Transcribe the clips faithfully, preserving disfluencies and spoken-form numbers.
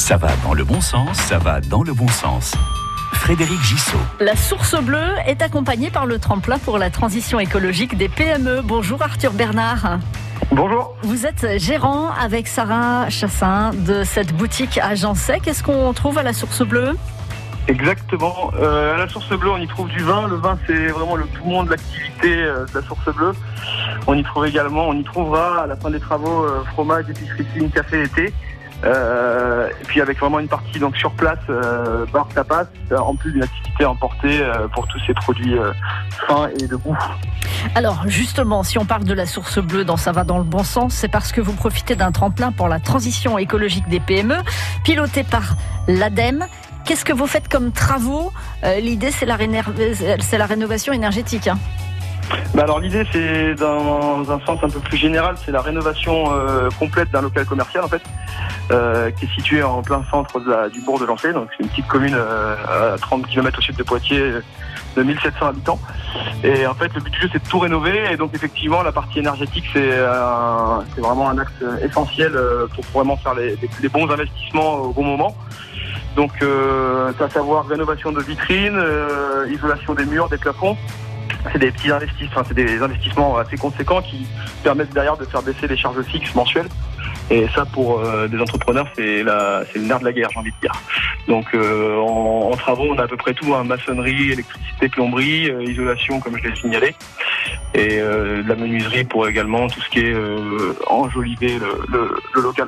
Ça va dans le bon sens, ça va dans le bon sens. Frédéric Gissot. La Source Bleue est accompagnée par le tremplin pour la transition écologique des P M E. Bonjour Arthur Bernard. Bonjour. Vous êtes gérant avec Sarah Chassin de cette boutique à Jancet. Qu'est-ce qu'on trouve à la Source Bleue ? Exactement. Euh, à la Source Bleue, on y trouve du vin. Le vin, c'est vraiment le poumon de l'activité euh, de la Source Bleue. On y trouve également, on y trouvera à la fin des travaux euh, fromage, épicerie fine, café et thé. Euh, et puis avec vraiment une partie donc sur place, euh, bar tapas, en plus d'une activité emportée euh, pour tous ces produits euh, fins et de goût. Alors justement, si on parle de la Source Bleue dans Ça va dans le bon sens, c'est parce que vous profitez d'un tremplin pour la transition écologique des P M E, piloté par l'ADEME. Qu'est-ce que vous faites comme travaux ? euh, L'idée, c'est la, réner... c'est la rénovation énergétique. Hein. Bah alors l'idée, c'est dans un sens un peu plus général, c'est la rénovation euh, complète d'un local commercial en fait, euh, qui est situé en plein centre de la, du bourg de Jancet. Donc c'est une petite commune euh, à trente kilomètres au sud de Poitiers, de mille sept cents habitants. Et en fait, le but du jeu, c'est de tout rénover. Et donc effectivement, la partie énergétique, c'est, euh, c'est vraiment un axe essentiel pour vraiment faire les, les, les bons investissements au bon moment. Donc, euh, à savoir rénovation de vitrines, euh, isolation des murs, des plafonds. C'est des petits investissements, enfin, c'est des investissements assez conséquents qui permettent derrière de faire baisser les charges fixes mensuelles. Et ça, pour euh, des entrepreneurs, c'est, la, c'est le nerf de la guerre, j'ai envie de dire. Donc, euh, en, en travaux, on a à peu près tout, hein, maçonnerie, électricité, plomberie, euh, isolation, comme je l'ai signalé, et euh, de la menuiserie pour également tout ce qui est euh, enjoliver le, le, le local.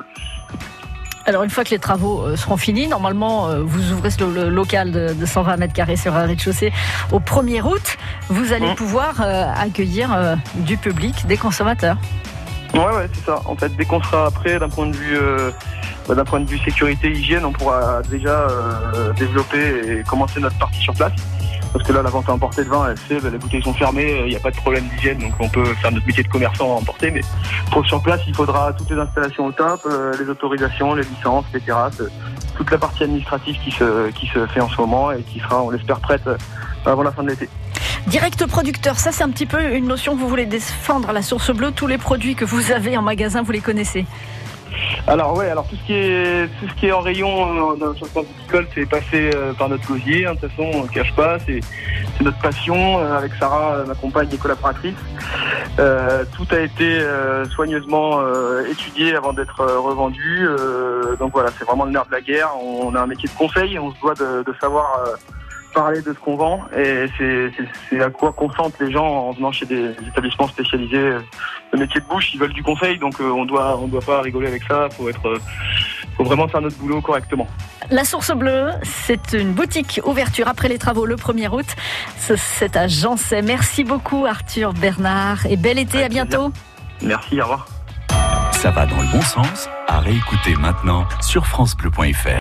Alors une fois que les travaux seront finis, normalement vous ouvrez le local de cent vingt mètres carrés sur un rez-de-chaussée au premier août. Vous allez mmh. pouvoir accueillir du public, des consommateurs. Ouais, ouais, c'est ça. En fait, dès qu'on sera prêt d'un point de vue, euh, d'un point de vue sécurité, hygiène, on pourra déjà euh, développer et commencer notre partie sur place. Parce que là, la vente à emporter de vin, elle fait, bah, les bouteilles sont fermées, il n'y a pas de problème d'hygiène, donc on peut faire notre métier de commerçant à emporter. Mais pour sur place, il faudra toutes les installations au top, euh, les autorisations, les licences, les terrasses, toute la partie administrative qui se, qui se fait en ce moment et qui sera, on l'espère, prête avant la fin de l'été. Direct producteur, ça c'est un petit peu une notion que vous voulez défendre à la Source Bleue. Tous les produits que vous avez en magasin, vous les connaissez ? Alors ouais, alors tout ce qui est tout ce qui est en rayon euh, sur le plan viticole, c'est passé euh, par notre gosier. Hein, de toute façon, on ne cache pas, c'est, c'est notre passion. Euh, avec Sarah, ma compagne et collaboratrice, euh, tout a été euh, soigneusement euh, étudié avant d'être euh, revendu. Euh, donc voilà, c'est vraiment le nerf de la guerre. On a un métier de conseil, on se doit de, de savoir euh, parler de ce qu'on vend, et c'est, c'est, c'est à quoi consentent les gens en venant chez des établissements spécialisés. Le métier de bouche, ils veulent du conseil, donc euh, on doit on doit pas rigoler avec ça. Faut être, euh, faut vraiment faire notre boulot correctement. La Source Bleue, c'est une boutique ouverture après les travaux le premier août. C'est à Jancet. Merci beaucoup Arthur Bernard et bel été. Avec à bientôt. Plaisir. Merci, au revoir. Ça va dans le bon sens, à réécouter maintenant sur francebleu point fr.